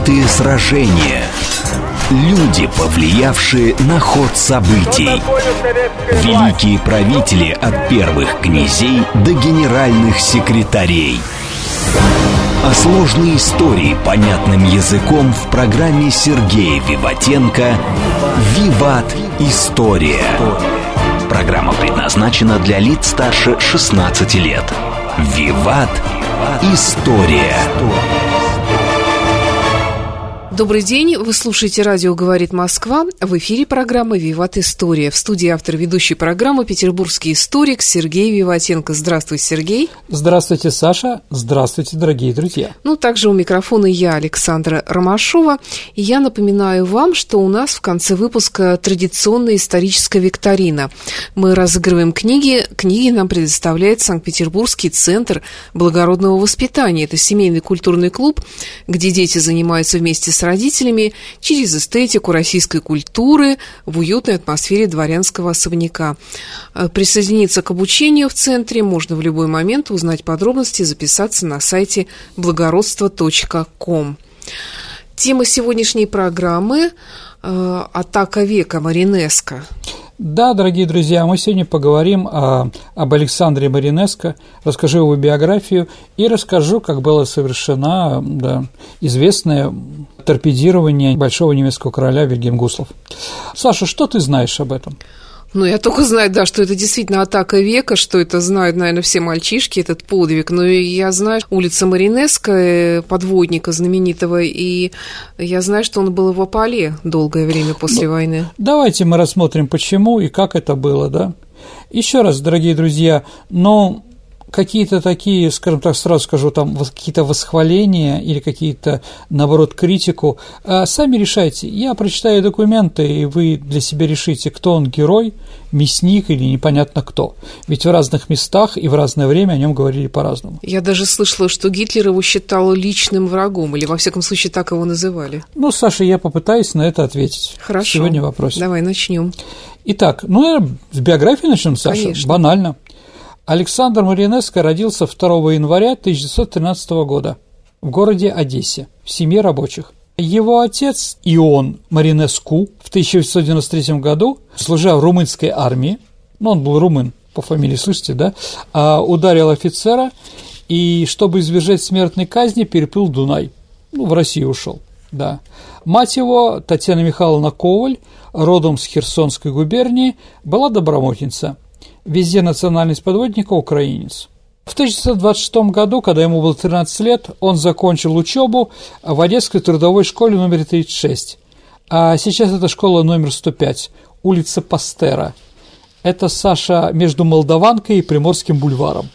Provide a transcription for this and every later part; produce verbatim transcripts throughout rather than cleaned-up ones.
знаменитые сражения. Люди, повлиявшие на ход событий. Великие правители от первых князей до генеральных секретарей. А сложные истории понятным языком в программе Сергея Виватенко «Виват. История». Программа предназначена для лиц старше шестнадцати лет. «Виват. История». Добрый день, вы слушаете «Радио говорит Москва». В эфире программа «Виват. История». В студии автор ведущей программы петербургский историк Сергей Виватенко. Здравствуй, Сергей. Здравствуйте, Саша. Здравствуйте, дорогие друзья. Ну, также у микрофона я, Александра Ромашова. И я напоминаю вам, что у нас в конце выпуска традиционная историческая викторина. Мы разыгрываем книги. Книги нам предоставляет Санкт-Петербургский центр благородного воспитания. Это семейный культурный клуб, где дети занимаются вместе с родителями через эстетику российской культуры в уютной атмосфере дворянского особняка. Присоединиться к обучению в центре можно в любой момент, узнать подробности, записаться на сайте благородство точка ком. Тема сегодняшней программы э, «Атака века. Маринеско». Да, дорогие друзья, мы сегодня поговорим о, об Александре Маринеско, расскажу его биографию и расскажу, как было совершено да, известное торпедирование большого немецкого короля Вильгельм Гуслов. Саша, что ты знаешь об этом? Ну, я только знаю, да, что это действительно атака века, что это знают, наверное, все мальчишки, этот подвиг. Но я знаю улица Маринеско, подводника знаменитого, и я знаю, что он был в Опале долгое время после ну, войны. Давайте мы рассмотрим, почему и как это было, да. Еще раз, дорогие друзья, но какие-то такие, скажем так, сразу скажу, там какие-то восхваления или какие-то, наоборот, критику, сами решайте. Я прочитаю документы, и вы для себя решите, кто он, герой, мясник или непонятно кто. Ведь в разных местах и в разное время о нем говорили по-разному. Я даже слышала, что Гитлер его считал личным врагом, или, во всяком случае, так его называли. Ну, Саша, я попытаюсь на это ответить. Хорошо. Сегодня вопрос. Давай начнем. Итак, ну, наверное, с биографии начнем, Саша. Конечно. Банально. Александр Маринеско родился второго января тысяча девятьсот тринадцатого года в городе Одессе, в семье рабочих. Его отец Ион Маринеску в тысяча восемьсот девяносто третьем году, служа в румынской армии, ну, он был румын по фамилии, слышите, да, ударил офицера и, чтобы избежать смертной казни, переплыл Дунай, ну, в Россию ушел, да. Мать его, Татьяна Михайловна Коваль, родом с Херсонской губернии, была добровольница. Везде национальность подводника – украинец. В тысяча девятьсот двадцать шестом году, когда ему было тринадцать лет, он закончил учебу в Одесской трудовой школе номер тридцать шесть. А сейчас это школа номер сто пять, улица Пастера. Это, Саша, между Молдаванкой и Приморским бульваром.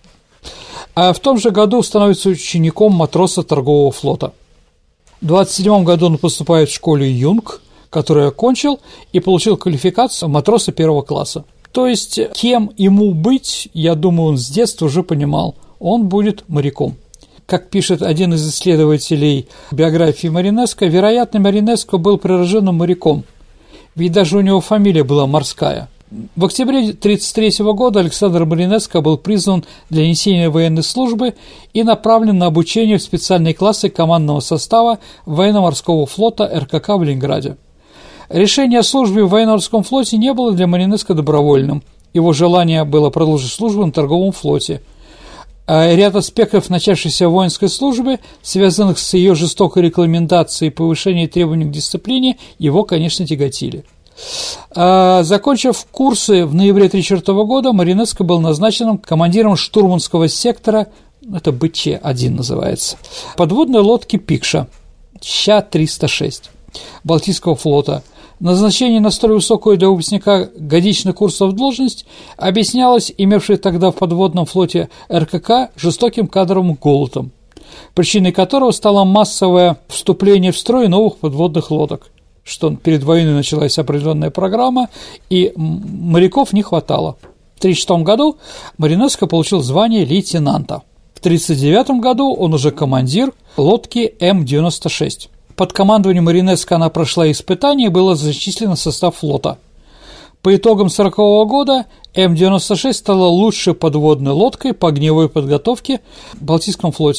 А в том же году становится учеником матроса торгового флота. В двадцать седьмом году он поступает в школу Юнг, которую окончил, и получил квалификацию матроса первого класса. То есть, кем ему быть, я думаю, он с детства уже понимал, он будет моряком. Как пишет один из исследователей биографии Маринеско, вероятно, Маринеско был прирожденным моряком, ведь даже у него фамилия была морская. В октябре тысяча девятьсот тридцать третьего года Александр Маринеско был призван для несения военной службы и направлен на обучение в специальные классы командного состава военно-морского флота эр ка ка в Ленинграде. Решение о службе в военно-морском флоте не было для Маринеско добровольным. Его желание было продолжить службу на торговом флоте. А ряд аспектов начавшейся воинской службы, связанных с ее жестокой регламентацией и повышением требований к дисциплине, его, конечно, тяготили. А, закончив курсы в ноябре тысяча девятьсот тридцатого года, Маринеско был назначен командиром штурманского сектора, это бэ че один называется, подводной лодки «Пикша» Ща триста шесть Балтийского флота. Назначение на столь высокую для выпускника годичных курсов должность объяснялось имевшей тогда в подводном флоте эр ка ка жестоким кадровым голодом, причиной которого стало массовое вступление в строй новых подводных лодок, что перед войной началась определенная программа, и моряков не хватало. В тысяча девятьсот тридцать шестом году Маринеско получил звание лейтенанта. В тысяча девятьсот тридцать девятом году он уже командир лодки эм девяносто шесть. Под командованием Маринеско она прошла испытание и была зачислена в состав флота. По итогам сорокового года эм девяносто шесть стала лучшей подводной лодкой по огневой подготовке в Балтийском флоте.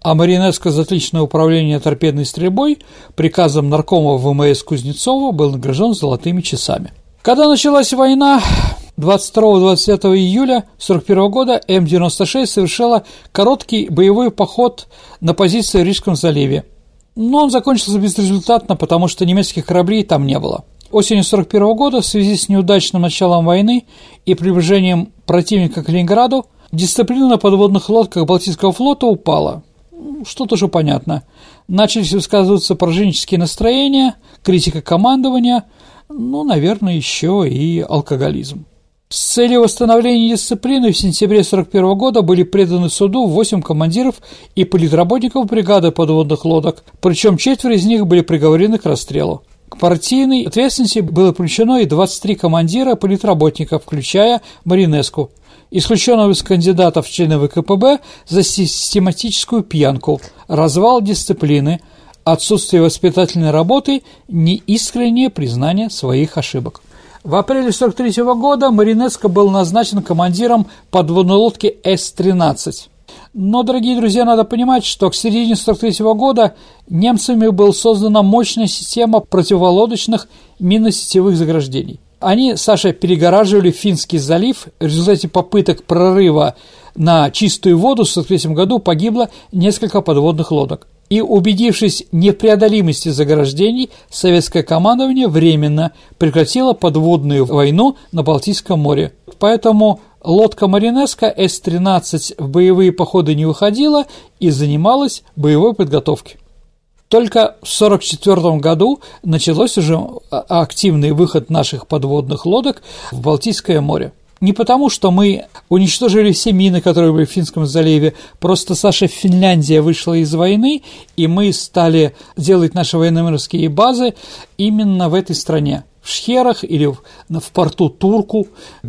а Маринеско за отличное управление торпедной стрельбой приказом наркома ВМС Кузнецова был награжден золотыми часами. Когда началась война, двадцать второго — двадцать пятого июля сорок первого года Эм девяносто шесть совершила короткий боевой поход на позиции в Рижском заливе. Но он закончился безрезультатно, потому что немецких кораблей там не было. Осенью сорок первого года в связи с неудачным началом войны и приближением противника к Ленинграду дисциплина на подводных лодках Балтийского флота упала. Что тоже понятно. Начались высказываться пораженческие настроения, критика командования, ну, наверное, еще и алкоголизм. С целью восстановления дисциплины в сентябре сорок первого года были преданы суду восемь командиров и политработников бригады подводных лодок, причем четверо из них были приговорены к расстрелу. К партийной ответственности было привлечено и двадцать три командира политработников, включая Маринеску, исключенного из кандидатов в члены вэ ка пэ бэ за систематическую пьянку, развал дисциплины, отсутствие воспитательной работы, неискреннее признание своих ошибок. В апреле сорок третьего года Маринеско был назначен командиром подводной лодки Эс тринадцать. Но, дорогие друзья, надо понимать, что к середине сорок третьего года немцами была создана мощная система противолодочных минно-сетевых заграждений. Они, Саша, перегораживали Финский залив. В результате попыток прорыва на чистую воду в сорок третьем году погибло несколько подводных лодок. И, убедившись в непреодолимости заграждений, советское командование временно прекратило подводную войну на Балтийском море. Поэтому лодка Маринеско Эс тринадцать в боевые походы не выходила и занималась боевой подготовкой. Только в сорок четвёртом году началось уже активный выход наших подводных лодок в Балтийское море. Не потому, что мы уничтожили все мины, которые были в Финском заливе, просто, Саша, Финляндия вышла из войны, и мы стали делать наши военно-морские базы именно в этой стране. В Шхерах или в, в порту Турку,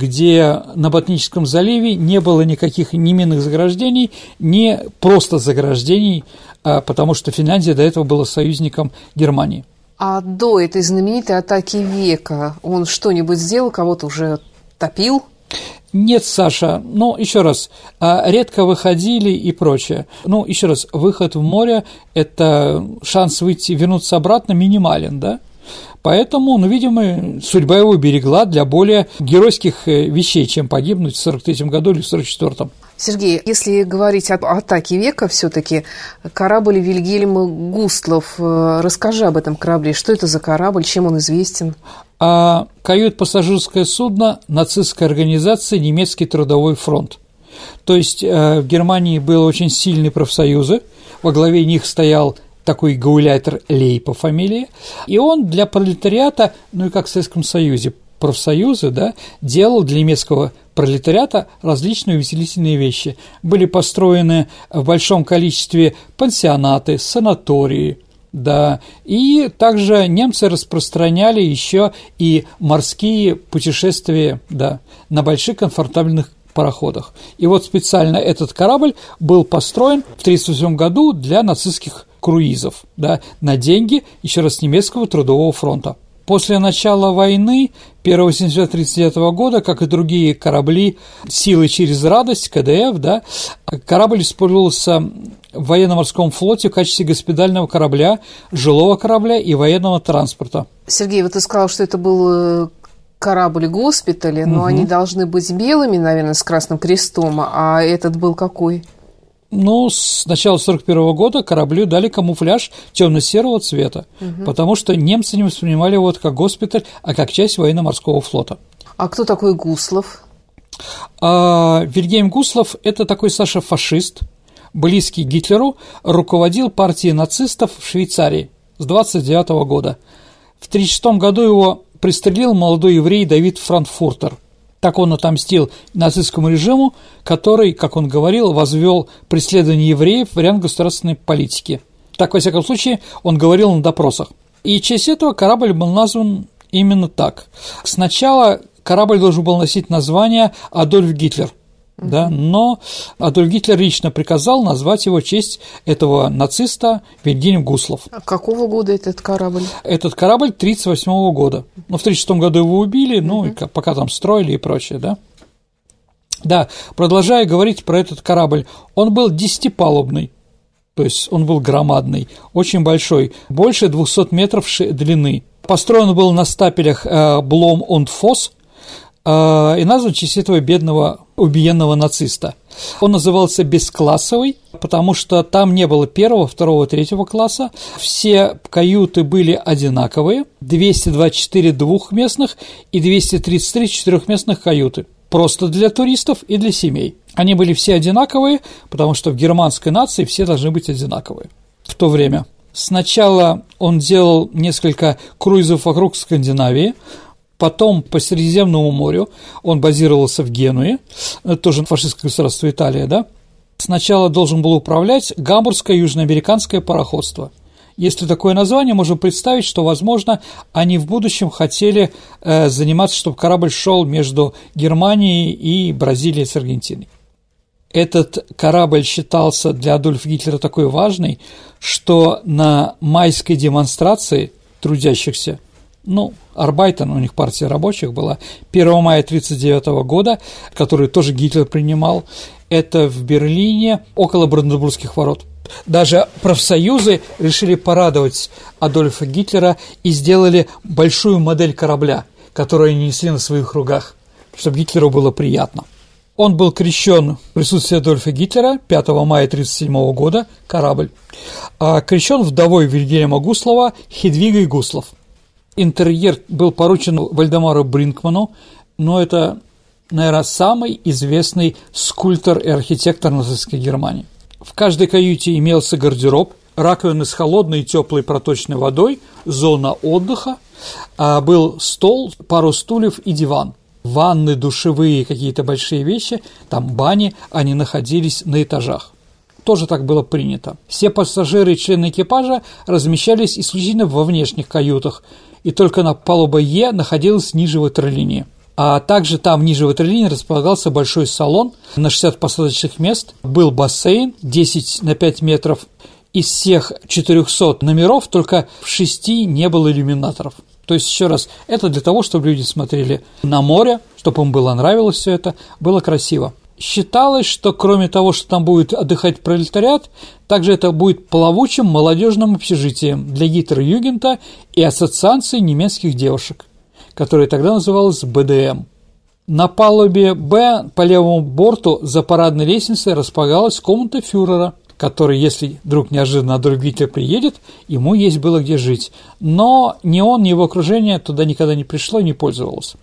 где на Ботническом заливе не было никаких ни минных заграждений, ни просто заграждений, потому что Финляндия до этого была союзником Германии. А до этой знаменитой атаки века он что-нибудь сделал, кого-то уже топил? Нет, Саша, ну, еще раз, редко выходили и прочее. Ну, еще раз, выход в море – это шанс выйти, вернуться обратно минимален, да? Поэтому, ну, видимо, судьба его берегла для более геройских вещей, чем погибнуть в сорок третьем году или в сорок четвёртом. Сергей, если говорить об атаке века, все-таки корабль Вильгельм Густлов. Расскажи об этом корабле. Что это за корабль, чем он известен? А кают-пассажирское судно нацистской организации «Немецкий трудовой фронт». То есть в Германии были очень сильные профсоюзы, во главе них стоял такой гауляйтер Лей по фамилии, и он для пролетариата, ну и как в Советском Союзе, профсоюзы, да, делал для немецкого пролетариата различные увеселительные вещи. Были построены в большом количестве пансионаты, санатории, да, и также немцы распространяли еще и морские путешествия, да, на больших комфортабельных пароходах. И вот специально этот корабль был построен в тысяча девятьсот тридцать восьмом году для нацистских круизов, да, на деньги, еще раз, немецкого трудового фронта. После начала войны первого сентября тысяча девятьсот тридцать девятого года, как и другие корабли «Силы через радость», ка дэ эф, да, корабль использовался в военно-морском флоте в качестве госпитального корабля, жилого корабля и военного транспорта. Сергей, вот ты сказал, что это был корабль-госпиталь, но угу. Они должны быть белыми, наверное, с красным крестом, а этот был какой? Ну, с начала сорок первого года кораблю дали камуфляж темно-серого цвета, угу. Потому что немцы не воспринимали его как госпиталь, а как часть военно-морского флота. А кто такой Гуслов? А, Вильгельм Гуслов – это такой, Саша, фашист, близкий Гитлеру, руководил партией нацистов в Швейцарии с двадцать девятого года. В тридцать шестом году его пристрелил молодой еврей Давид Франкфуртер. Так он отомстил нацистскому режиму, который, как он говорил, возвел преследование евреев в вариант государственной политики. Так, во всяком случае, он говорил на допросах. И в честь этого корабль был назван именно так. Сначала корабль должен был носить название «Адольф Гитлер», mm-hmm. да, но Адольф Гитлер лично приказал назвать его в честь этого нациста Вильгельм Гуслов. А какого года этот корабль? Этот корабль тридцать восьмого года. Ну, в тридцать шестом году его убили, ну, mm-hmm. и пока там строили и прочее, да. Да, продолжая говорить про этот корабль, он был десятипалубный, то есть он был громадный, очень большой, больше двухсот метров длины. Построен был на стапелях Блом und Фос и назван в честь этого бедного убиенного нациста. Он назывался бесклассовый, потому что там не было первого, второго, третьего класса. Все каюты были одинаковые, двести двадцать четыре двухместных и двести тридцать три четырехместных каюты. Просто для туристов и для семей. Они были все одинаковые, потому что в германской нации все должны быть одинаковые в то время. Сначала он делал несколько круизов вокруг Скандинавии, потом по Средиземному морю он базировался в Генуе, тоже фашистское государство Италия, да. Сначала должен был управлять Гамбургское южноамериканское пароходство. Если такое название, можно представить, что, возможно, они в будущем хотели э, заниматься, чтобы корабль шел между Германией и Бразилией с Аргентиной. Этот корабль считался для Адольфа Гитлера такой важный, что на майской демонстрации трудящихся, ну, Арбайтен, у них партия рабочих была, первого мая тысяча девятьсот тридцать девятого года, который тоже Гитлер принимал, это в Берлине, около Бранденбургских ворот. Даже профсоюзы решили порадовать Адольфа Гитлера и сделали большую модель корабля, которую они несли на своих ругах, чтобы Гитлеру было приятно. Он был крещен в присутствии Адольфа Гитлера пятого мая тысяча девятьсот тридцать седьмого года, корабль, а крещен вдовой Вильгельма Гуслова Хедвигой Гуслов. Интерьер был поручен Вальдемару Бринкману, но это, наверное, самый известный скульптор и архитектор нацистской Германии. В каждой каюте имелся гардероб, раковины с холодной и теплой проточной водой, зона отдыха, был стол, пару стульев и диван. Ванны, душевые, какие-то большие вещи, там бани, они находились на этажах. Тоже так было принято. Все пассажиры и члены экипажа размещались исключительно во внешних каютах, и только на палубе Е находилась ниже ватерлинии. А также там ниже ватерлинии располагался большой салон на шестьдесят посадочных мест, был бассейн десять на пять метров. Из всех четырехсот номеров только в шести не было иллюминаторов. То есть, еще раз, это для того, чтобы люди смотрели на море, чтобы им было нравилось все это, было красиво. Считалось, что кроме того, что там будет отдыхать пролетариат, также это будет плавучим молодежным общежитием для Гитлер-Югента и ассоциации немецких девушек, которая тогда называлась Бэ Дэ Эм. На палубе Б по левому борту за парадной лестницей располагалась комната фюрера, который, если вдруг неожиданно Адольф Гитлер приедет, ему есть было где жить. Но ни он, ни его окружение туда никогда не пришло и не пользовалось.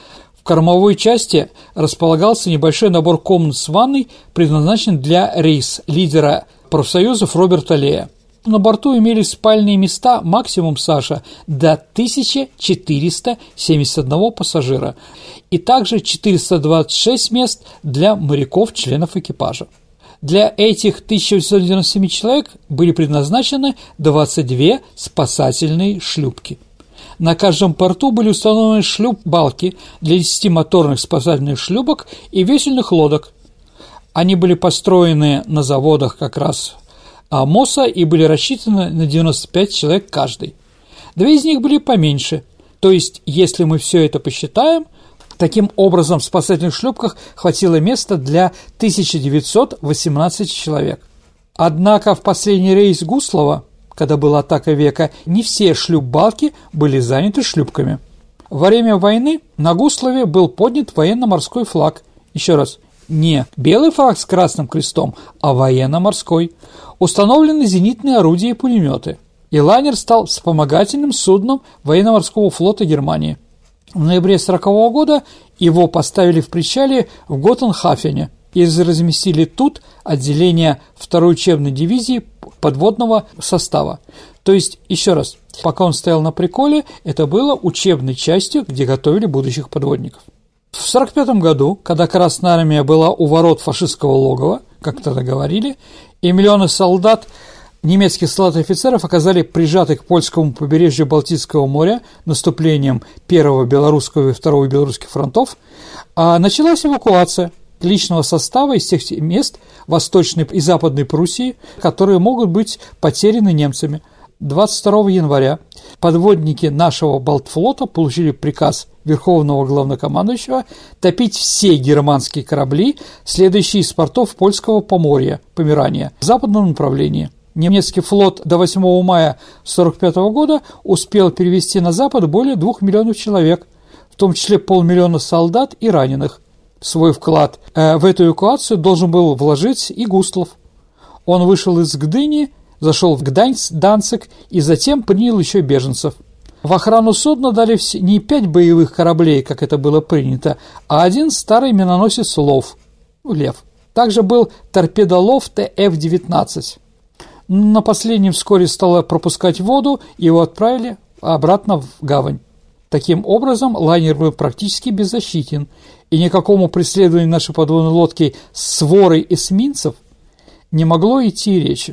В кормовой части располагался небольшой набор комнат с ванной, предназначенный для рейс-лидера профсоюзов Роберта Лея. На борту имелись спальные места, максимум, Саша, до тысяча четыреста семьдесят один пассажира, и также четыреста двадцать шесть мест для моряков-членов экипажа. Для этих тысяча восемьсот девяносто семь человек были предназначены двадцать две спасательные шлюпки. На каждом порту были установлены шлюп-балки для десяти моторных спасательных шлюпок и весельных лодок. Они были построены на заводах как раз МОСа и были рассчитаны на девяносто пять человек каждый. Две из них были поменьше, то есть, если мы все это посчитаем, таким образом в спасательных шлюпках хватило места для тысяча девятьсот восемнадцати человек. Однако в последний рейс Гуслова, когда была атака века, не все шлюп-балки были заняты шлюпками. Во время войны на Гуслове был поднят военно-морской флаг. Еще раз, не белый флаг с красным крестом, а военно-морской. Установлены зенитные орудия и пулеметы. И лайнер стал вспомогательным судном военно-морского флота Германии. В ноябре сорокового года его поставили в причале в Готенхафене и разместили тут отделение второй учебной дивизии подводного состава. То есть, еще раз, пока он стоял на приколе, это было учебной частью, где готовили будущих подводников. В сорок пятом году, когда Красная Армия была у ворот фашистского логова, как тогда говорили, и миллионы солдат, немецких солдат и офицеров оказали прижаты к польскому побережью Балтийского моря наступлением первого белорусского и второго белорусских фронтов, а началась эвакуация личного состава из тех мест Восточной и Западной Пруссии, которые могут быть потеряны немцами. двадцать второго января подводники нашего Балтфлота получили приказ Верховного Главнокомандующего топить все германские корабли, следующие из портов Польского Поморья, Померания, в западном направлении. Немецкий флот до восьмого мая сорок пятого года успел перевести на запад более двух миллионов человек, в том числе полмиллиона солдат и раненых. Свой вклад в эту эвакуацию должен был вложить и Густлов. Он вышел из Гдыни, зашел в Гданьск, Данциг и затем принял еще беженцев. В охрану судна дали не пять боевых кораблей, как это было принято, а один старый миноносец «Лов», «Лев». Также был торпедолов Т Ф девятнадцать. На последнем вскоре стало пропускать воду, и его отправили обратно в гавань. Таким образом, лайнер был практически беззащитен, и никакому преследованию нашей подводной лодки с сворой эсминцев не могло идти речи.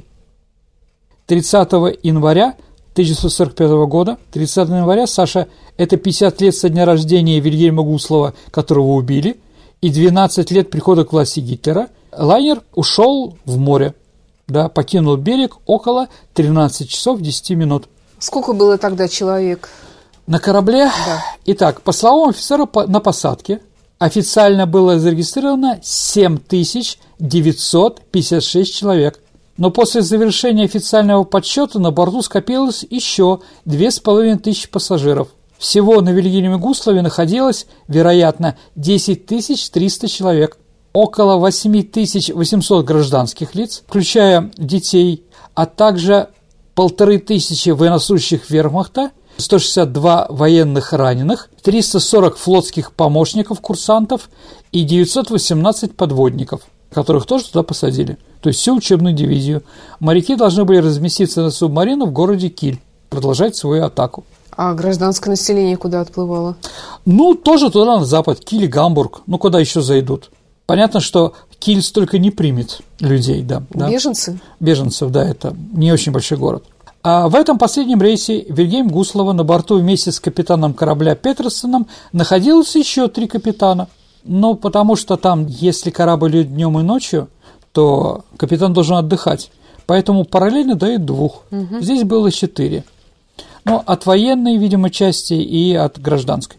тридцатого января тысяча девятьсот сорок пятого года, тридцатого января, Саша, это пятьдесят лет со дня рождения Вильгельма Гуслова, которого убили, и двенадцать лет прихода к власти Гитлера, лайнер ушел в море, да, покинул берег около тринадцати часов десяти минут. Сколько было тогда человек? На корабле? Да. Итак, по словам офицера на посадке, официально было зарегистрировано семь тысяч девятьсот пятьдесят шесть человек. Но после завершения официального подсчета на борту скопилось еще две с половиной тысячи пассажиров. Всего на Вильгельме Гуслове находилось, вероятно, десять тысяч триста человек. Около восемь тысяч восемьсот гражданских лиц, включая детей, а также полторы тысячи военнослужащих вермахта, сто шестьдесят два военных раненых, триста сорок флотских помощников, курсантов и девятьсот восемнадцать подводников, которых тоже туда посадили. То есть всю учебную дивизию. Моряки должны были разместиться на субмарину в городе Киль, продолжать свою атаку. А гражданское население куда отплывало? Ну, тоже туда, на запад, Киль, Гамбург. Ну, куда еще зайдут? Понятно, что Киль столько не примет людей, да. Беженцы? Да? Беженцев, да, это не очень большой город. А в этом последнем рейсе Вильгельм Гуслова на борту вместе с капитаном корабля Петерсоном находилось еще три капитана. Ну, потому что там, если корабль идет днем и ночью, то капитан должен отдыхать. Поэтому параллельно дают двух. Угу. Здесь было четыре. Ну, от военной, видимо, части и от гражданской.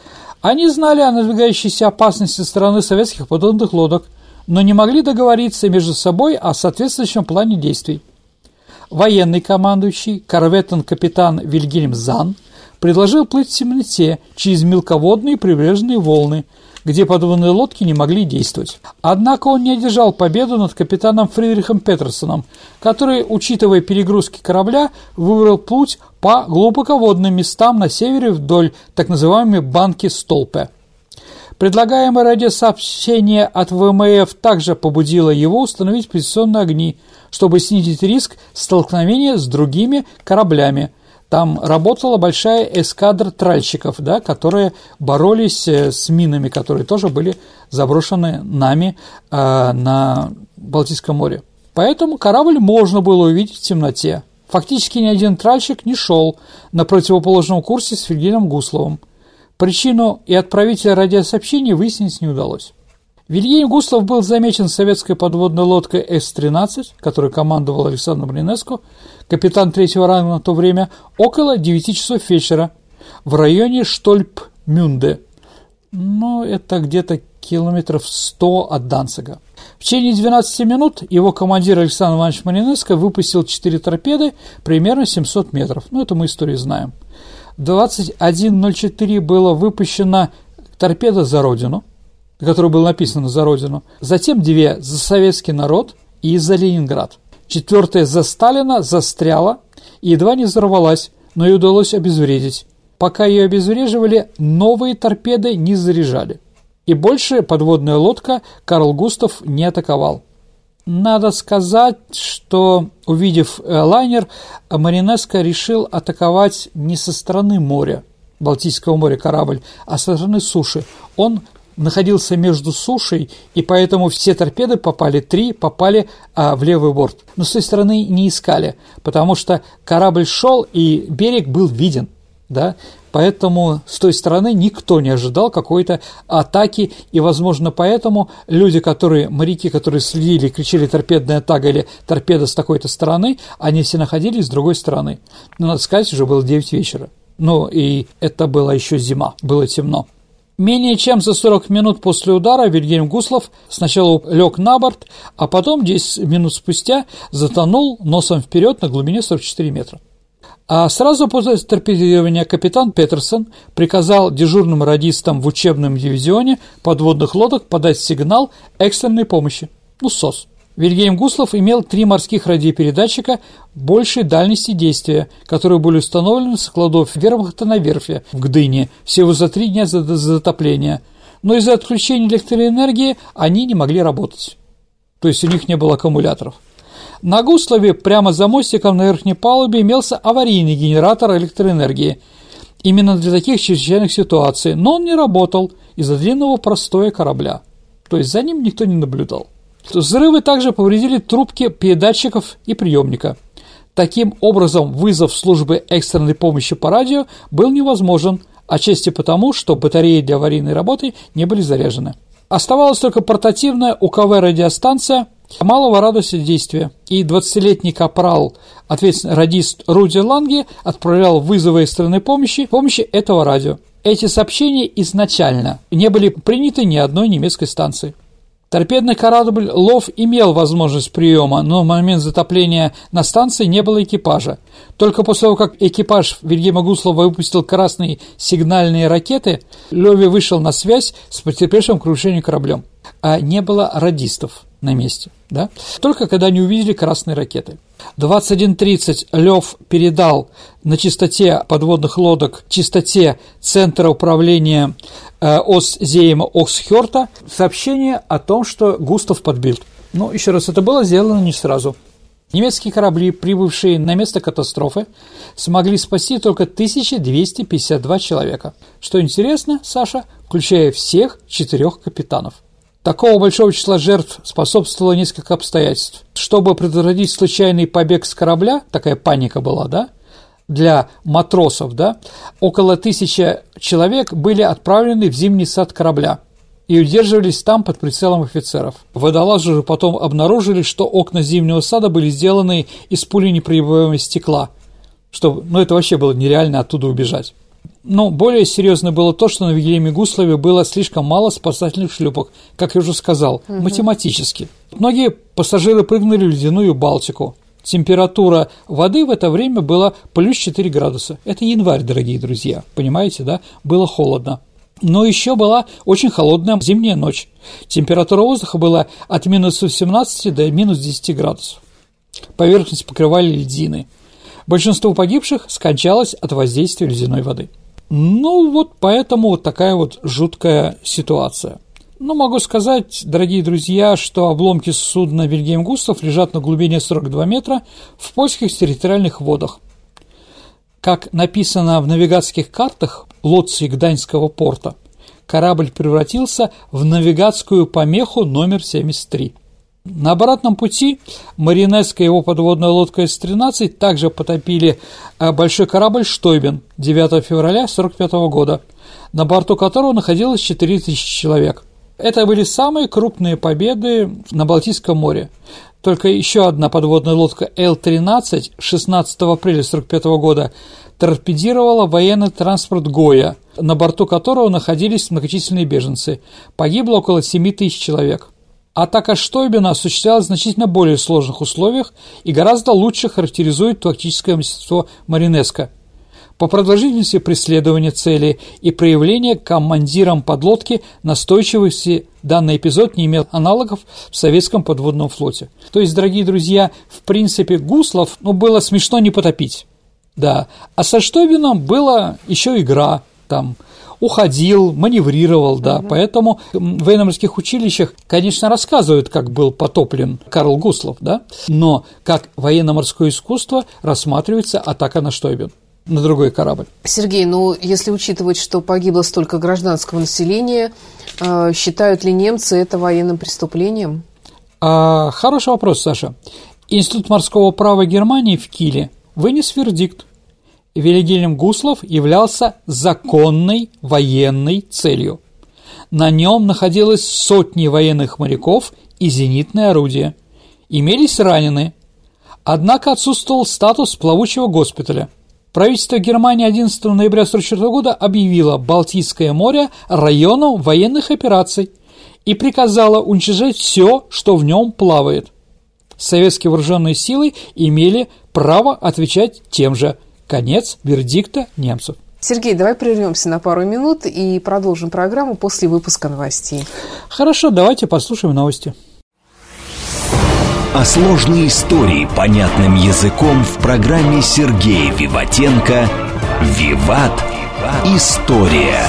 Они знали о надвигающейся опасности со стороны советских подводных лодок, но не могли договориться между собой о соответствующем плане действий. Военный командующий, корветтен-капитан Вильгельм Зан, предложил плыть в темноте через мелководные прибрежные волны, где подводные лодки не могли действовать. Однако он не одержал победу над капитаном Фридрихом Петерсоном, который, учитывая перегрузки корабля, выбрал путь по глубоководным местам на севере вдоль так называемой банки Столпе. Предлагаемое радиосообщение от вэ эм эф также побудило его установить позиционные огни, чтобы снизить риск столкновения с другими кораблями. Там работала большая эскадра тральщиков, да, которые боролись с минами, которые тоже были заброшены нами э, на Балтийском море. Поэтому корабль можно было увидеть в темноте. Фактически ни один тральщик не шел на противоположном курсе с Вильгельмом Гусловым. Причину и отправителя радиосообщений выяснить не удалось. Вильгельм Гуслов был замечен советской подводной лодкой С тринадцать, которой командовал Александр Маринеско, капитан третьего ранга на то время, около девяти часов вечера в районе Штольпмюнде. Ну, это где-то километров сто от Данцига. В течение двенадцати минут его командир Александр Иванович Маринеско выпустил четыре торпеды примерно семьсот метров. Ну, это мы историю знаем. В двадцать один ноль четыре было выпущена торпеда «За Родину», которое было написано «За Родину», затем две «За советский народ» и «За Ленинград». Четвертая «За Сталина» застряла и едва не взорвалась, но ее удалось обезвредить. Пока ее обезвреживали, новые торпеды не заряжали. И больше подводная лодка Карл Густав не атаковал. Надо сказать, что, увидев лайнер, Маринеско решил атаковать не со стороны моря, Балтийского моря корабль, а со стороны суши. Он находился между сушей, и поэтому все торпеды попали, три попали а, в левый борт. Но с той стороны не искали, потому что корабль шел, и берег был виден, да? Поэтому с той стороны никто не ожидал какой-то атаки, и, возможно, поэтому люди, которые, моряки, которые следили, кричали «торпедная атака» или «торпеда с такой-то стороны», они все находились с другой стороны. Но, надо сказать, уже было девять вечера. Ну, и это была еще зима, было темно. Менее чем за сорок минут после удара Вильгельм Гуслов сначала лег на борт, а потом десять минут спустя затонул носом вперед на глубине сорок четыре метра. А сразу после торпедирования капитан Петерсон приказал дежурным радистам в учебном дивизионе подводных лодок подать сигнал экстренной помощи, ну, СОС. Вильгельм Гуслов имел три морских радиопередатчика большей дальности действия, которые были установлены с складов вермахта на верфи в Гдыне всего за три дня до затопления, но из-за отключения электроэнергии они не могли работать, то есть у них не было аккумуляторов. На Гуслове прямо за мостиком на верхней палубе имелся аварийный генератор электроэнергии, именно для таких чрезвычайных ситуаций, но он не работал из-за длинного простоя корабля, то есть за ним никто не наблюдал. Взрывы также повредили трубки передатчиков и приемника. Таким образом, вызов службы экстренной помощи по радио был невозможен, отчасти потому, что батареи для аварийной работы не были заряжены. Оставалась только портативная УКВ-радиостанция малого радиуса действия, и двадцатилетний капрал, ответственный радист Руди Ланге, отправлял вызовы экстренной помощи с помощью этого радио. Эти сообщения изначально не были приняты ни одной немецкой станции. Торпедный корабль «Лов» имел возможность приема, но в момент затопления на станции не было экипажа. Только после того, как экипаж Вильгельма Гуслова выпустил красные сигнальные ракеты, Лёви вышел на связь с потерпевшим крушением кораблем. А не было радистов на месте, да? Только когда они увидели красные ракеты. В двадцать один тридцать Лёв передал на частоте подводных лодок, частоте Центра управления э, Ос-Зейма Оксхёрта сообщение о том, что Густав подбит. Ну, еще раз, это было сделано не сразу. Немецкие корабли, прибывшие на место катастрофы, смогли спасти только тысяча двести пятьдесят два человека. Что интересно, Саша, включая всех четырех капитанов. Такого большого числа жертв способствовало несколько обстоятельств. Чтобы предотвратить случайный побег с корабля, такая паника была, да, для матросов, да, около тысячи человек были отправлены в зимний сад корабля и удерживались там под прицелом офицеров. Водолазы же потом обнаружили, что окна зимнего сада были сделаны из пуленепробиваемого стекла, чтобы, ну, это вообще было нереально оттуда убежать. Но более серьезно было то, что на Вильгельме Гуслове было слишком мало спасательных шлюпок, как я уже сказал, угу. математически. Многие пассажиры прыгнули в ледяную Балтику. Температура воды в это время была плюс четыре градуса. Это январь, дорогие друзья, понимаете, да? Было холодно. Но еще была очень холодная зимняя ночь. Температура воздуха была от минус восемнадцати до минус десяти градусов. Поверхность покрывали льдины. Большинство погибших скончалось от воздействия ледяной воды. Ну, вот поэтому вот такая вот жуткая ситуация. Но могу сказать, дорогие друзья, что обломки судна «Вильгельм Густав» лежат на глубине сорок два метра в польских территориальных водах. Как написано в навигатских картах Лодзи Гданьского порта, корабль превратился в навигатскую помеху номер семьдесят три. На обратном пути Маринеско и его подводная лодка эс тринадцать также потопили большой корабль «Штойбен» девятого февраля сорок пятого года, на борту которого находилось четыре тысячи человек. Это были самые крупные победы на Балтийском море. Только еще одна подводная лодка эл тринадцать шестнадцатого апреля сорок пятого года торпедировала военный транспорт «Гоя», на борту которого находились многочисленные беженцы. Погибло около семь тысяч человек. Атака Штойбена осуществлялась в значительно более сложных условиях и гораздо лучше характеризует тактическое мастерство Маринеско. По продолжительности преследования цели и проявления командиром подлодки настойчивости данный эпизод не имел аналогов в советском подводном флоте. То есть, дорогие друзья, в принципе, Гуслов, ну, было смешно не потопить. Да, а со Штойбеном была еще игра, там, уходил, маневрировал, да, угу. Поэтому в военно-морских училищах, конечно, рассказывают, как был потоплен Карл Гуслов, да, но как военно-морское искусство рассматривается атака на Штойбен, на другой корабль. Сергей, ну, если учитывать, что погибло столько гражданского населения, э, считают ли немцы это военным преступлением? А, хороший вопрос, Саша. Институт морского права Германии в Киле вынес вердикт. Вильгельм Гуслов являлся законной военной целью. На нем находилось сотни военных моряков и зенитное орудие. Имелись раненые. Однако отсутствовал статус плавучего госпиталя. Правительство Германии одиннадцатого ноября тысяча девятьсот сорок четвёртого года объявило Балтийское море районом военных операций и приказало уничтожать все, что в нем плавает. Советские вооруженные силы имели право отвечать тем же. Конец вердикта немцев. Сергей, давай прервемся на пару минут и продолжим программу после выпуска новостей. Хорошо, давайте послушаем новости. А сложные истории понятным языком в программе Сергея Виватенко «Виват. История».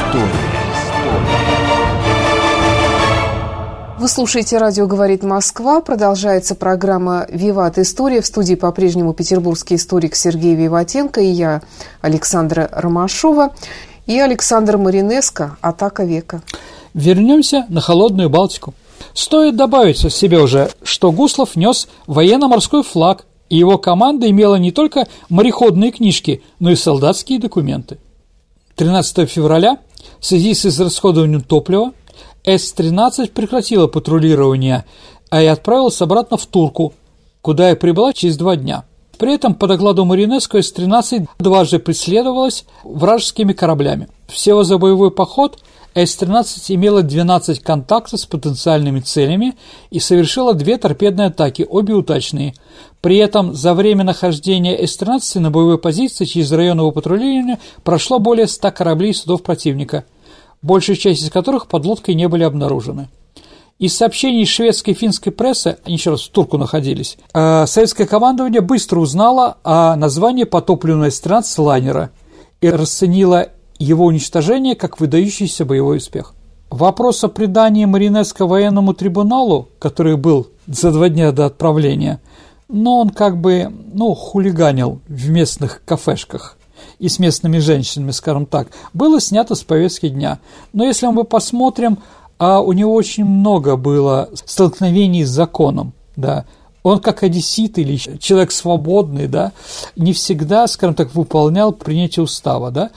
Вы слушаете «Радио говорит Москва». Продолжается программа «Виват. История». В студии по-прежнему петербургский историк Сергей Виватенко и я, Александра Ромашова, и Александр Маринеско «Атака века». Вернемся на холодную Балтику. Стоит добавить о себе уже, что Гуслов нес военно-морской флаг, и его команда имела не только мореходные книжки, но и солдатские документы. тринадцатого февраля в связи с израсходованием топлива эс тринадцать прекратила патрулирование, а и отправилась обратно в Турку, куда и прибыла через два дня. При этом, по докладу Маринеско, эс тринадцать дважды преследовалась вражескими кораблями. Всего за боевой поход эс тринадцать имела двенадцать контактов с потенциальными целями и совершила две торпедные атаки, обе удачные. При этом за время нахождения эс тринадцать на боевой позиции через район его патрулирования прошло более ста кораблей и судов противника, большая часть из которых под лодкой не были обнаружены. Из сообщений шведской и финской прессы, они еще раз в Турку находились, э, советское командование быстро узнало о названии потопленного эс тринадцать лайнера и расценило его уничтожение как выдающийся боевой успех. Вопрос о предании Маринеско военному трибуналу, который был за два дня до отправления, но он как бы, ну, хулиганил в местных кафешках и с местными женщинами, скажем так, было снято с повестки дня. Но если мы посмотрим, а у него очень много было столкновений с законом, да. Он как одессит или человек свободный, да, не всегда, скажем так, выполнял принятие устава, да,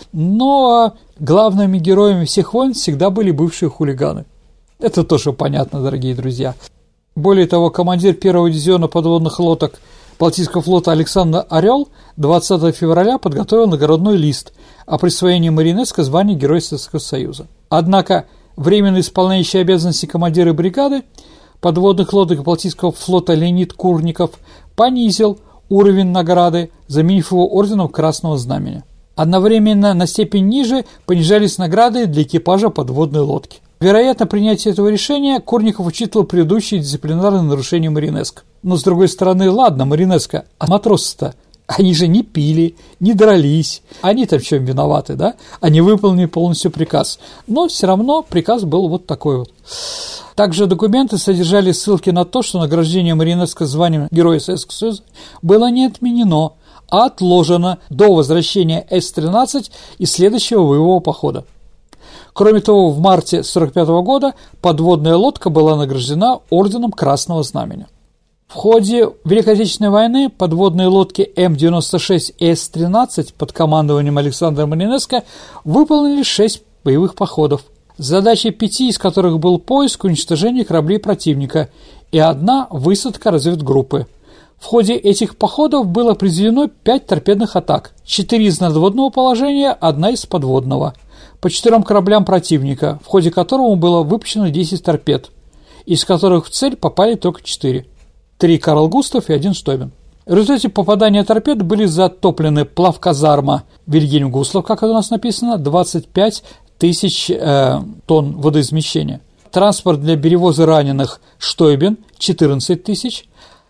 но главными героями всех войн всегда были бывшие хулиганы. Это тоже понятно, дорогие друзья. Более того, командир первого дивизиона подводных лодок Балтийского флота Александр Орел двадцатого февраля подготовил наградной лист о присвоении Маринеско звания Героя Советского Союза. Однако временно исполняющий обязанности командира бригады подводных лодок Балтийского флота Леонид Курников понизил уровень награды, заменив его орденом Красного Знамени. Одновременно на степень ниже понижались награды для экипажа подводной лодки. Вероятно, принятие этого решения Курников учитывал предыдущие дисциплинарные нарушения Маринеско. Но, с другой стороны, ладно, Маринеско, а матросы-то, они же не пили, не дрались, они-то в чем виноваты, да? Они выполнили полностью приказ. Но все равно приказ был вот такой вот. Также документы содержали ссылки на то, что награждение Маринеско званием Героя Советского Союза было не отменено, а отложено до возвращения эс тринадцать и следующего боевого похода. Кроме того, в марте сорок пятого года подводная лодка была награждена орденом Красного Знамени. В ходе Великой Отечественной войны подводные лодки эм девяносто шесть и эс тринадцать под командованием Александра Маринеско выполнили шесть боевых походов, задачей пяти из которых был поиск и уничтожение кораблей противника и одна высадка разведгруппы. В ходе этих походов было произведено пять торпедных атак, четыре из надводного положения, одна из подводного, по четырем кораблям противника, в ходе которого было выпущено десять торпед, из которых в цель попали только четыре. Три Карл Густав и один Штойбен. В результате попадания торпед были затоплены плавказарма Вильгельм Гуслов, как это у нас написано, двадцать пять тысяч э, тонн водоизмещения. Транспорт для перевоза раненых Штойбен четырнадцать тысяч.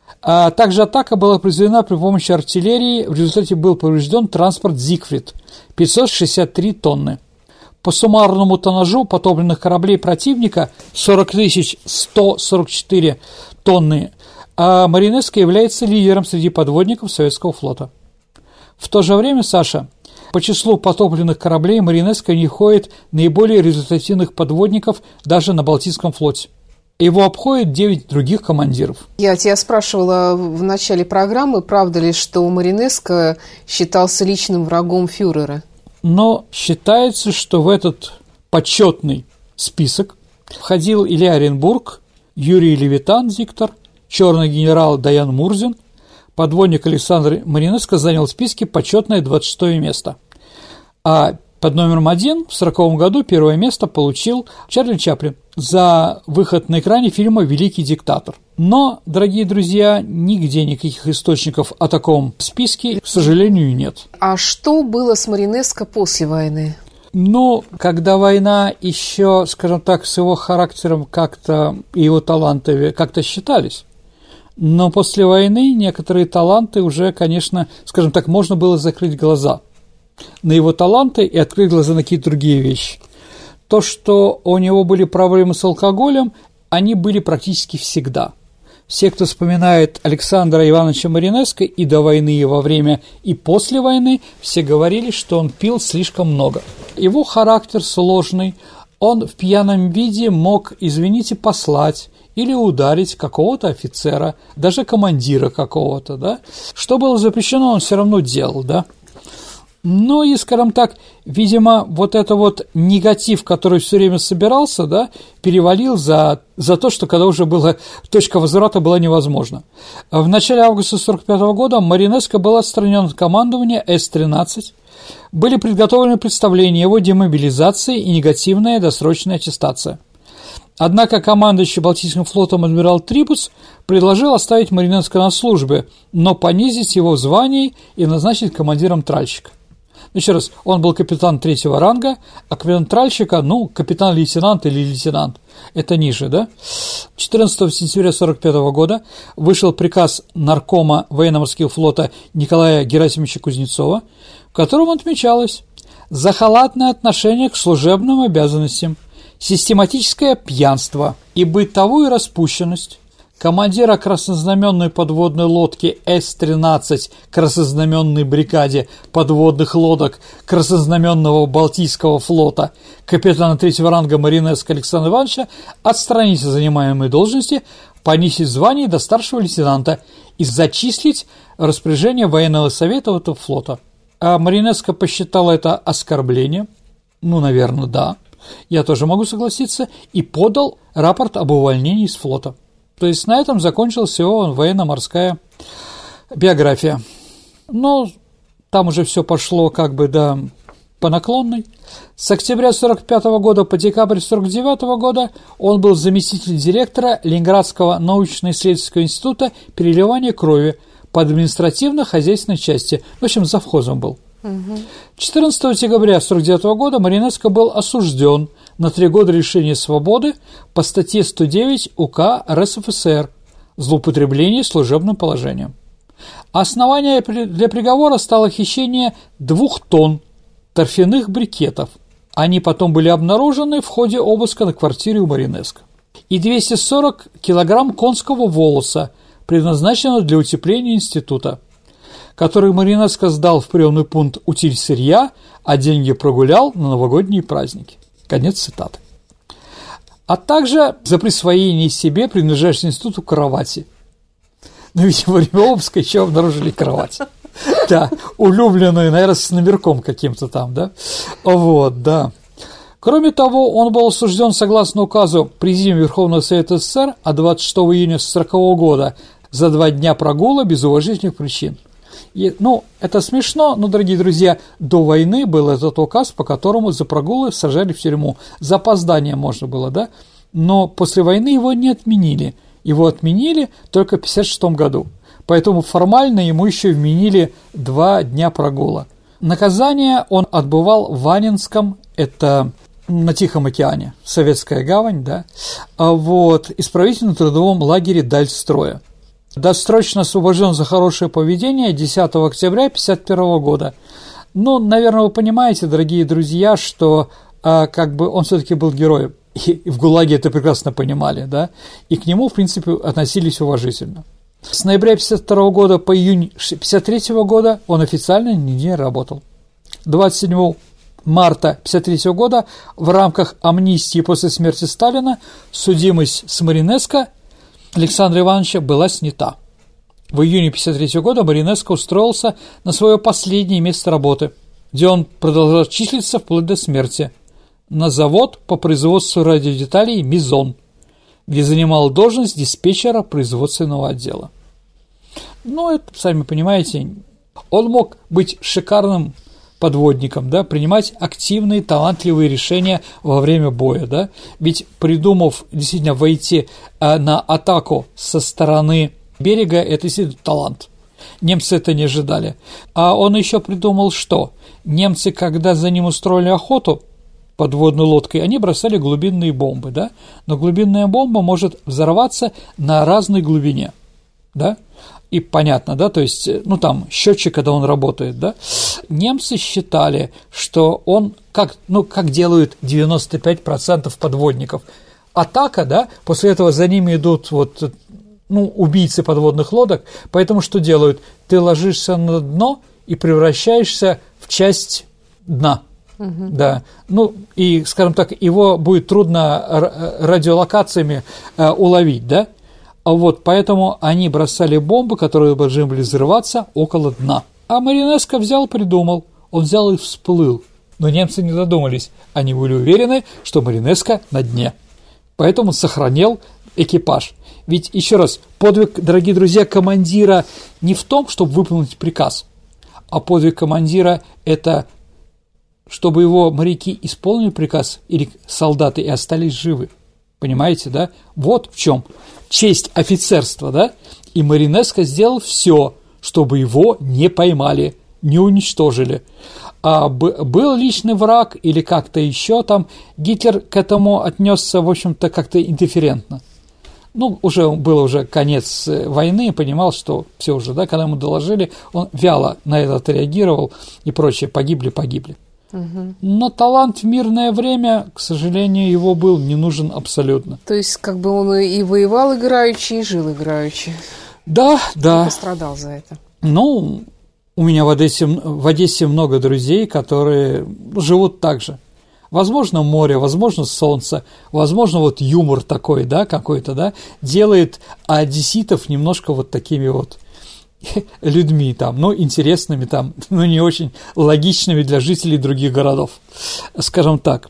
А также атака была произведена при помощи артиллерии. В результате был поврежден транспорт Зигфрид пятьсот шестьдесят три тонны. По суммарному тоннажу потопленных кораблей противника сорок тысяч сто сорок четыре тонны, а Маринеско является лидером среди подводников Советского флота. В то же время, Саша, по числу потопленных кораблей Маринеско не входит наиболее результативных подводников даже на Балтийском флоте. Его обходит девять других командиров. Я тебя спрашивала в начале программы, правда ли, что Маринеско считался личным врагом фюрера? Но считается, что в этот почетный список входил Илья Оренбург, Юрий Левитан, диктор, черный генерал Даян Мурзин, подводник Александр Маринеско занял в списке почетное двадцать шестое место. А под номером один в сороковом году первое место получил Чарли Чаплин за выход на экране фильма «Великий диктатор». Но, дорогие друзья, нигде никаких источников о таком списке, к сожалению, нет. А что было с Маринеско после войны? Ну, когда война еще, скажем так, с его характером как-то и его талантами как-то считались. Но после войны некоторые таланты уже, конечно, скажем так, можно было закрыть глаза на его таланты и открыть глаза на какие-то другие вещи. То, что у него были проблемы с алкоголем, они были практически всегда. Все, кто вспоминает Александра Ивановича Маринеско и до войны, и во время, и после войны, все говорили, что он пил слишком много. Его характер сложный, он в пьяном виде мог, извините, послать или ударить какого-то офицера, даже командира какого-то, да. Что было запрещено, он все равно делал, да. Ну и, скажем так, видимо, вот это вот негатив, который все время собирался, да, перевалил за, за то, что когда уже была точка возврата была невозможна. В начале августа сорок пятого года Маринеско был отстранен от командования эс тринадцать, были подготовлены представления его демобилизации и негативная досрочная аттестация. Однако командующий Балтийским флотом адмирал Трибус предложил оставить Маринеско на службе, но понизить его в звании и назначить командиром тральщика. Еще раз, он был капитан третьего ранга, а капитан тральщика, ну, капитан-лейтенант или лейтенант, это ниже, да? четырнадцатого сентября сорок пятого года вышел приказ наркома военно-морского флота Николая Герасимовича Кузнецова, в котором отмечалось за халатное отношение к служебным обязанностям, систематическое пьянство и бытовую распущенность командира краснознаменной подводной лодки эс тринадцать краснознаменной бригаде подводных лодок краснознаменного Балтийского флота капитана третьего ранга Маринеско Александра Ивановича отстранить от занимаемой должности, понизить звание до старшего лейтенанта и зачислить распоряжение военного совета этого флота. А Маринеско посчитал это оскорблением, ну, наверное, да, я тоже могу согласиться, и подал рапорт об увольнении из флота. То есть на этом закончилась его военно-морская биография. Но там уже все пошло как бы, да, по наклонной. С октября сорок пятого года по декабрь сорок девятого года он был заместителем директора Ленинградского научно-исследовательского института переливания крови по административно-хозяйственной части. В общем, завхозом был. четырнадцатого декабря сорок девятого года Маринеско был осужден на три года лишения свободы по статье сто девять УК эр эс эф эс эр «Злоупотребление служебным положением». Основанием для приговора стало хищение двух тонн торфяных брикетов. Они потом были обнаружены в ходе обыска на квартире у Маринеско. И двести сорок килограмм конского волоса, предназначенного для утепления института, который Маринеско сдал в приемный пункт утиль сырья, а деньги прогулял на новогодние праздники. Конец цитаты. А также за присвоение себе принадлежащей институту кровати. Ну, ведь во время обыска еще обнаружили кровать. Да, улюбленную, наверное, с номерком каким-то там, да. Вот, да. Кроме того, он был осужден согласно указу Президиума Верховного Совета эс эс эс эр от двадцать шестого июня сорокового года за два дня прогула без уважительных причин. И, ну, это смешно, но, дорогие друзья, до войны был этот указ, по которому за прогулы сажали в тюрьму. За опоздание можно было, да? Но после войны его не отменили. Его отменили только в пятьдесят шестом году. Поэтому формально ему еще вменили два дня прогула. Наказание он отбывал в Аннинском, это на Тихом океане, Советская гавань, да, вот, исправительно-трудовом лагере Дальстроя. Досрочно освобожден за хорошее поведение десятого октября тысяча девятьсот пятьдесят первого года. Ну, наверное, вы понимаете, дорогие друзья, что а, как бы он все-таки был героем, и в ГУЛАГе это прекрасно понимали, да, и к нему, в принципе, относились уважительно. С ноября тысяча девятьсот пятьдесят второго года по июнь тысяча девятьсот пятьдесят третьего года он официально нигде не работал. двадцать седьмого марта тысяча девятьсот пятьдесят третьего года в рамках амнистии после смерти Сталина судимость с Маринеско Александра Ивановича была снята. В июне тысяча девятьсот пятьдесят третьего года Маринеско устроился на свое последнее место работы, где он продолжал числиться вплоть до смерти, на завод по производству радиодеталей «Мизон», где занимал должность диспетчера производственного отдела. Ну, это, сами понимаете, он мог быть шикарным подводником, да, принимать активные, талантливые решения во время боя, да, ведь придумав действительно войти а, на атаку со стороны берега, это действительно талант. Немцы это не ожидали. А он еще придумал, что немцы, когда за ним устроили охоту подводной лодкой, они бросали глубинные бомбы, да, но глубинная бомба может взорваться на разной глубине, да, и понятно, да, то есть, ну, там, счетчик, когда он работает, да, немцы считали, что он, как, ну, как делают девяносто пять процентов подводников, атака, да, после этого за ними идут вот, ну, убийцы подводных лодок, поэтому что делают? Ты ложишься на дно и превращаешься в часть дна, угу. Да, ну, и, скажем так, его будет трудно радиолокациями э, уловить, да. А вот поэтому они бросали бомбы, которые должны были взрываться около дна. А Маринеско взял, придумал, он взял и всплыл. Но немцы не додумались, они были уверены, что Маринеско на дне. Поэтому он сохранил экипаж. Ведь, еще раз, подвиг, дорогие друзья, командира не в том, чтобы выполнить приказ, а подвиг командира – это чтобы его моряки исполнили приказ или солдаты и остались живы. Понимаете, да? Вот в чем честь офицерства, да? И Маринеско сделал все, чтобы его не поймали, не уничтожили. А был личный враг или как-то еще там, Гитлер к этому отнесся, в общем-то, как-то индифферентно. Ну, уже было уже конец войны, понимал, что все уже, да, когда ему доложили, он вяло на это отреагировал и прочее, погибли, погибли. Угу. Но талант в мирное время, к сожалению, его был не нужен абсолютно. То есть, как бы он и воевал играючи, и жил играючи. Да, да. И пострадал за это. Ну, у меня в Одессе, в Одессе много друзей, которые живут так же. Возможно, море, возможно, солнце, возможно, вот юмор такой, да, какой-то, да, делает одесситов немножко вот такими вот людьми там, ну, интересными там, но не очень логичными для жителей других городов, скажем так.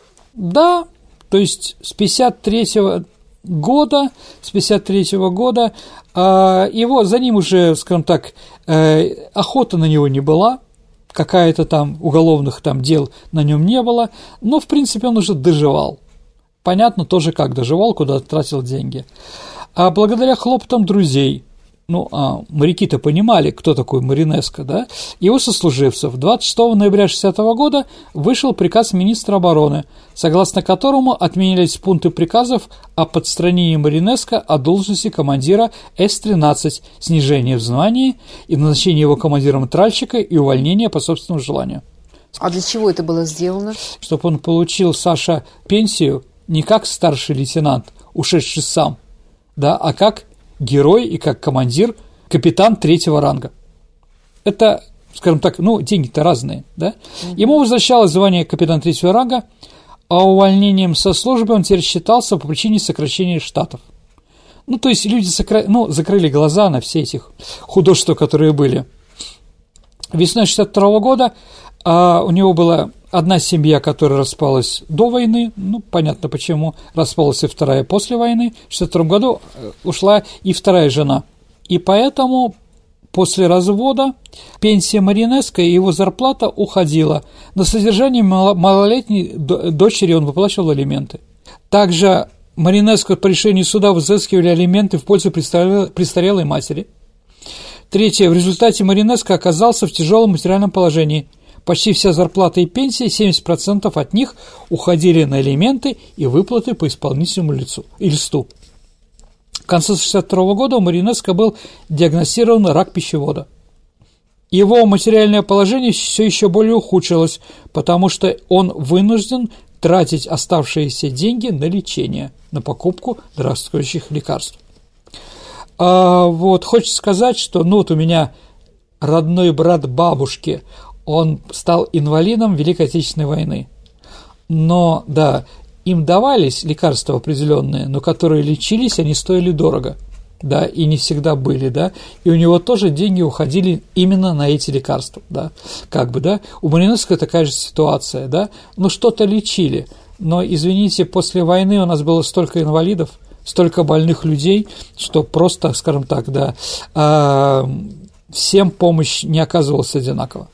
Да, то есть с пятьдесят третьего года, с пятьдесят третьего года э, его, за ним уже, скажем так, э, охота на него не была, какая-то там уголовных там дел на нем не было, но, в принципе, он уже доживал. Понятно тоже, как доживал, куда тратил деньги. А благодаря хлопотам друзей, ну, а моряки-то понимали, кто такой Маринеско, да, его сослуживцев, двадцать шестого ноября шестидесятого года вышел приказ министра обороны, согласно которому отменялись пункты приказов о подстранении Маринеско от должности командира эс тринадцать, снижение в звании и назначение его командиром тральщика и увольнение по собственному желанию. А для чего это было сделано? Чтобы он получил, Саша, пенсию не как старший лейтенант, ушедший сам, да, а как герой и как командир, капитан третьего ранга. Это, скажем так, ну, деньги-то разные, да? Ему возвращалось звание капитана третьего ранга, а увольнением со службы он теперь считался по причине сокращения штатов. Ну, то есть люди сокра... ну, закрыли глаза на все эти художества, которые были. Весной шестьдесят второго года а, у него была одна семья, которая распалась до войны, ну, понятно почему, распалась и вторая после войны, в шестьдесят втором году ушла и вторая жена. И поэтому после развода пенсия Маринеско и его зарплата уходила. На содержание малолетней дочери он выплачивал алименты. Также Маринеско по решению суда взыскивали алименты в пользу престарелой матери. Третье. В результате Маринеско оказался в тяжелом материальном положении. Почти вся зарплата и пенсия, семьдесят процентов от них уходили на алименты и выплаты по исполнительному лицу, листу. В конце шестьдесят второго года у Маринеско был диагностирован рак пищевода. Его материальное положение все еще более ухудшилось, потому что он вынужден тратить оставшиеся деньги на лечение, на покупку дорогостоящих лекарств. А вот хочется сказать, что ну вот у меня родной брат бабушки, он стал инвалидом Великой Отечественной войны. Но, да, им давались лекарства определенные, но которые лечились, они стоили дорого, да, и не всегда были, да, и у него тоже деньги уходили именно на эти лекарства, да, как бы, да. У Маринеско такая же ситуация, да, ну что-то лечили, но, извините, после войны у нас было столько инвалидов, столько больных людей, что просто, скажем так, да, всем помощь не оказывалась одинаково.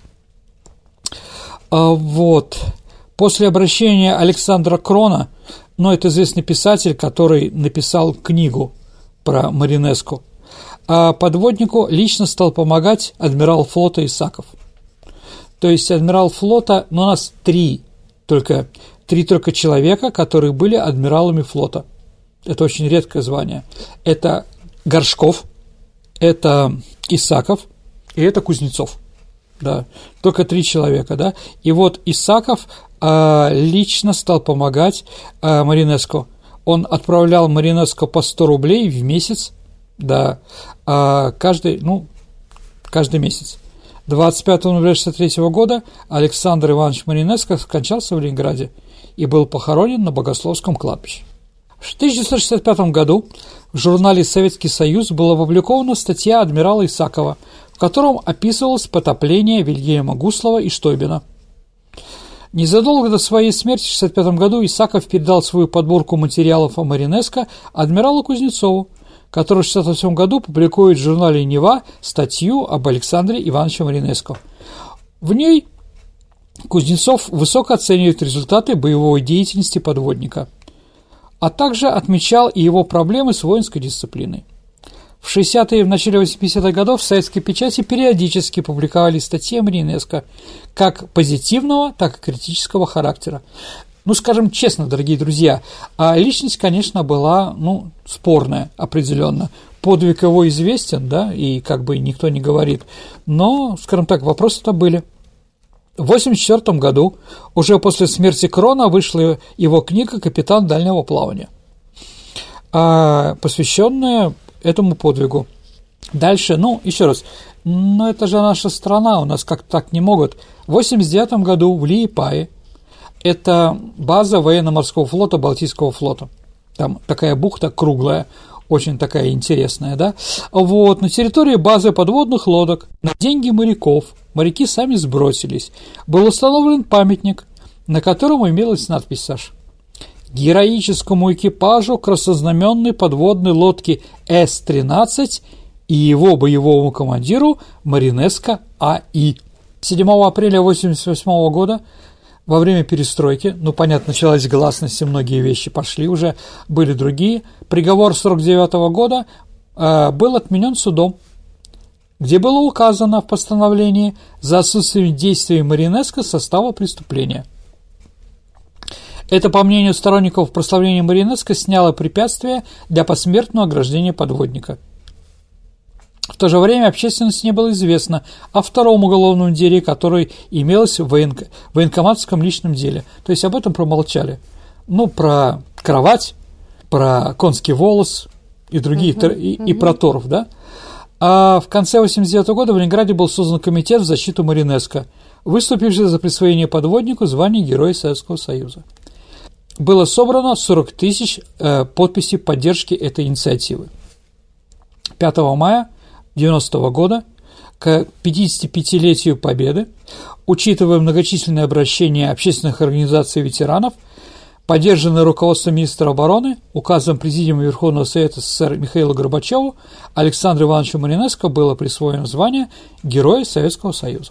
Вот. После обращения Александра Крона, ну, это известный писатель, который написал книгу про Маринеску, а подводнику лично стал помогать адмирал флота Исаков. То есть адмирал флота, ну, у нас три только, три только человека, которые были адмиралами флота. Это очень редкое звание. Это Горшков, это Исаков и это Кузнецов. Да, только три человека, да. И вот Исаков а, лично стал помогать а, Маринеску. Он отправлял Маринеску по сто рублей в месяц, да, а, каждый, ну, каждый месяц. двадцать пятого ноября шестьдесят третьего года Александр Иванович Маринеско скончался в Ленинграде и был похоронен на Богословском кладбище. В тысяча девятьсот шестьдесят пятом году в журнале «Советский Союз» была опубликована статья адмирала Исакова, в котором описывалось потопление Вильгельма Гуслова и Штойбена. Незадолго до своей смерти в шестьдесят пятом году Исаков передал свою подборку материалов о Маринеско адмиралу Кузнецову, который в шестьдесят восьмом году публикует в журнале «Нева» статью об Александре Ивановиче Маринеско. В ней Кузнецов высоко оценивает результаты боевой деятельности подводника, а также отмечал и его проблемы с воинской дисциплиной. В шестидесятые и в начале восьмидесятых годов в советской печати периодически публиковались статьи о Маринеско как позитивного, так и критического характера. Ну, скажем честно, дорогие друзья, а личность, конечно, была, ну, спорная определенно. Подвиг его известен, да, и как бы никто не говорит, но, скажем так, вопросы-то были. В восемьдесят четвёртом году, уже после смерти Крона, вышла его книга «Капитан дальнего плавания», посвященная этому подвигу. Дальше, ну, еще раз, ну, это же наша страна, у нас как-то так не могут. В восемьдесят девятом году в Лиепае, это база военно-морского флота Балтийского флота, там такая бухта круглая, очень такая интересная, да, вот, на территории базы подводных лодок, на деньги моряков, моряки сами сбросились, был установлен памятник, на котором имелась надпись, Саш: «Героическому экипажу краснознаменной подводной лодки С тринадцать и его боевому командиру Маринеско А И седьмого апреля восемьдесят восьмого года во время перестройки, ну, понятно, началась гласность, и многие вещи пошли уже, были другие, приговор сорок девятого года э, был отменен судом, где было указано в постановлении за отсутствием действий Маринеско состава преступления. Это, по мнению сторонников прославления Маринеско, сняло препятствие для посмертного ограждения подводника. В то же время общественности не было известно о втором уголовном деле, которое имелось в военко- военкоматском личном деле. То есть об этом промолчали. Ну, про кровать, про конский волос и другие, uh-huh, и, uh-huh. и про торф, да? А в конце восемьдесят девятого года в Ленинграде был создан комитет в защиту Маринеско, выступивший за присвоение подводнику звания Героя Советского Союза. Было собрано сорок тысяч э, подписей поддержки этой инициативы. пятого мая девяностого года, к пятидесятипятилетию Победы, учитывая многочисленные обращения общественных организаций ветеранов, поддержанные руководством министра обороны, указом Президиума Верховного Совета СССР Михаилу Горбачеву, Александру Ивановичу Маринеско было присвоено звание Героя Советского Союза.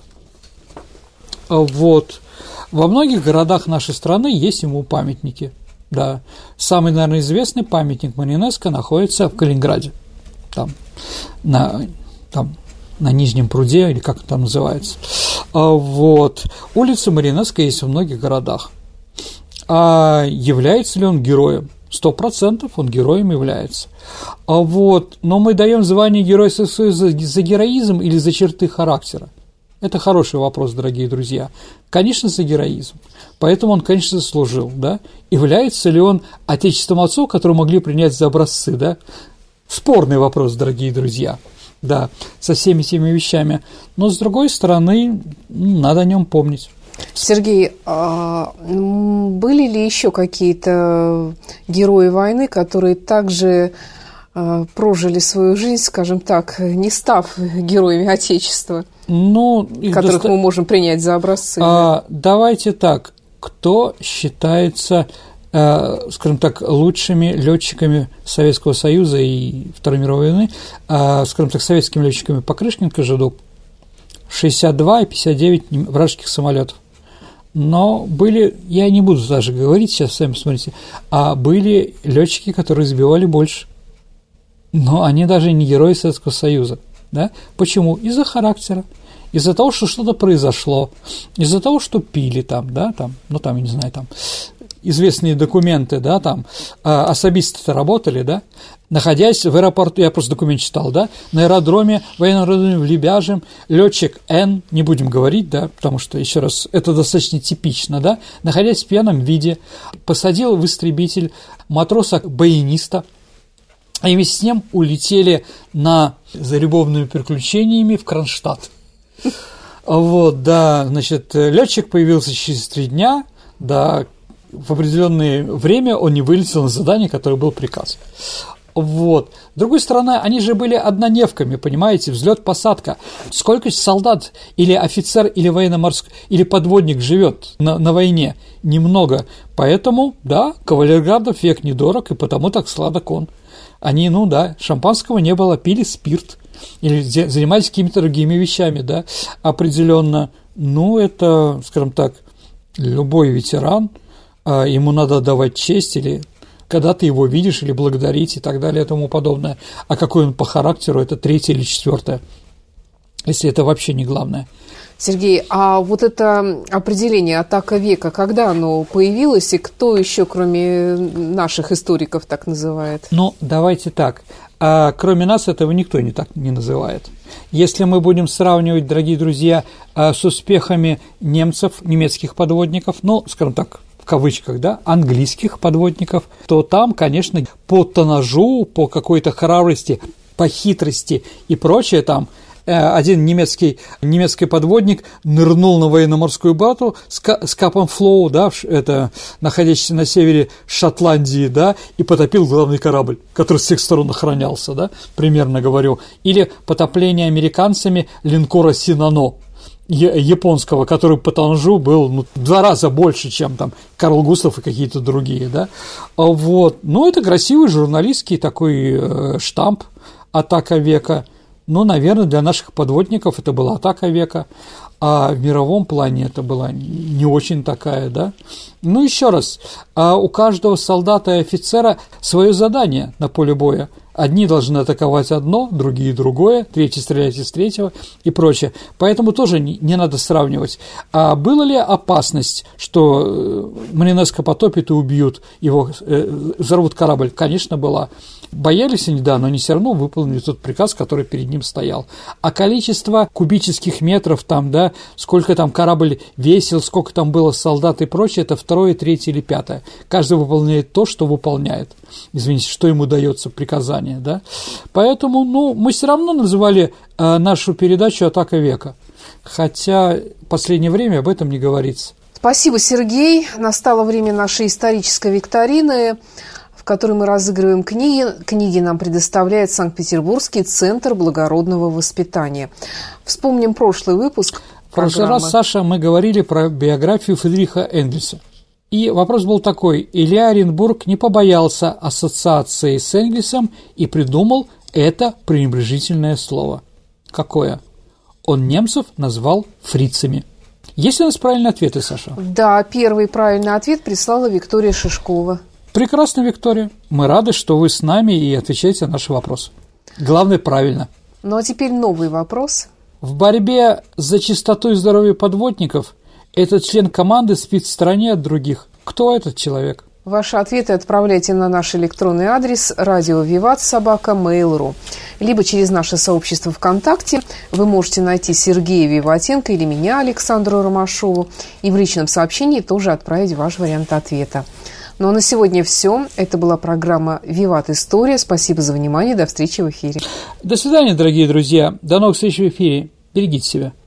Вот. Во многих городах нашей страны есть ему памятники. Да. Самый, наверное, известный памятник Маринеско находится в Калининграде. Там, на, там, на Нижнем пруде, или как это там называется. Вот. Улица Маринеско есть в многих городах. А является ли он героем? Сто процентов он героем является. А вот. Но мы даем звание Героя Советского Союза за героизм или за черты характера? Это хороший вопрос, дорогие друзья. Конечно, за героизм. Поэтому он, конечно, заслужил, да? Является ли он отечественным отцом, которого могли принять за образцы, да? Спорный вопрос, дорогие друзья, да, со всеми этими вещами. Но, с другой стороны, надо о нем помнить. Сергей, а были ли еще какие-то герои войны, которые также а, прожили свою жизнь, скажем так, не став героями Отечества, ну, которых доста... мы можем принять за образцы? А, да? Давайте так, кто считается э, скажем так, лучшими летчиками Советского Союза и Второй мировой войны, э, скажем так, советскими летчиками Покрышкин, Кожедуб, шестьдесят два и пятьдесят девять вражеских самолетов. Но были, я не буду даже говорить, сейчас сами смотрите, а были летчики, которые сбивали больше. Но они даже не герои Советского Союза. Да? Почему? Из-за характера, из-за того, что что-то произошло, из-за того, что пили там, да, там, ну там, я не знаю, там, известные документы, да, там, а, особисты-то работали, да, находясь в аэропорту, я просто документ читал, да, на аэродроме, военном аэродроме в Лебяжьем, летчик Н, не будем говорить, да, потому что, еще раз, это достаточно типично, да, находясь в пьяном виде, посадил в истребитель матроса-баяниста, и вместе с ним улетели на, за любовными приключениями в Кронштадт. Вот, да, значит, летчик появился через три дня, да, в определенное время он не вылетел на задание, которое был приказ. Вот. С другой стороны, они же были однодневками, понимаете, взлет-посадка. Сколько солдат или офицер, или военно-морской, или подводник живет на, на войне? Немного. Поэтому, да, кавалергардов век недорог, и потому так сладок он. Они, ну да, шампанского не было, пили спирт или занимались какими-то другими вещами, да, определенно. Ну, это, скажем так, любой ветеран, ему надо давать честь, или когда ты его видишь, или благодарить, и так далее, и тому подобное. А какой он по характеру, это третье или четвертое, если это вообще не главное. Сергей, а вот это определение «атака века», когда оно появилось, и кто еще, кроме наших историков, так называет? Ну, давайте так. А, кроме нас этого никто не так не называет. Если мы будем сравнивать, дорогие друзья, с успехами немцев, немецких подводников, ну, скажем так, в кавычках, да, английских подводников, то там, конечно, по тоннажу, по какой-то храбрости, по хитрости и прочее там один немецкий, немецкий подводник нырнул на военно-морскую базу с, с капом Флоу, да, это находящийся на севере Шотландии, да, и потопил главный корабль, который с всех сторон охранялся, да, примерно говорю. Или потопление американцами линкора Синано, японского, который по тоннажу был, ну, в два раза больше, чем там Карл Густав и какие-то другие, да. Вот. Ну, это красивый журналистский такой э, штамп «Атака века». Ну, наверное, для наших подводников это была атака века, а в мировом плане это была не очень такая, да. Ну, еще раз, у каждого солдата и офицера свое задание на поле боя. Одни должны атаковать одно, другие другое, третьи стрелять из третьего и прочее. Поэтому тоже не, не надо сравнивать. А была ли опасность, что Маринеско потопит и убьют его, э, взорвут корабль? Конечно, была. Боялись они, да, но они все равно выполнили тот приказ, который перед ним стоял. А количество кубических метров там, да, сколько там корабль весил, сколько там было солдат и прочее, это второе, третье или пятое. Каждый выполняет то, что выполняет. Извините, что ему дается приказание, да. Поэтому, ну, мы все равно называли э, нашу передачу «Атака века», хотя в последнее время об этом не говорится. Спасибо, Сергей. Настало время нашей исторической викторины, в которой мы разыгрываем книги. Книги нам предоставляет Санкт-Петербургский центр благородного воспитания. Вспомним прошлый выпуск В прошлый раз, Саша, мы говорили про биографию Фридриха Энгельса. И вопрос был такой: Илья Оренбург не побоялся ассоциации с Энгельсом и придумал это пренебрежительное слово. Какое? Он немцев назвал фрицами. Есть у нас правильные ответы, Саша? Да, первый правильный ответ прислала Виктория Шишкова. Прекрасно, Виктория. Мы рады, что вы с нами и отвечаете на наши вопросы. Главное, правильно. Ну, а теперь новый вопрос. В борьбе за чистоту и здоровье подводников этот член команды спит в стороне от других. Кто этот человек? Ваши ответы отправляйте на наш электронный адрес радио виват собака мейл точка ру, либо через наше сообщество ВКонтакте. Вы можете найти Сергея Виватенко или меня, Александру Ромашову, и в личном сообщении тоже отправить ваш вариант ответа. Ну а на сегодня все. Это была программа «Виват История». Спасибо за внимание. До встречи в эфире. До свидания, дорогие друзья. До новых встреч в эфире. Берегите себя.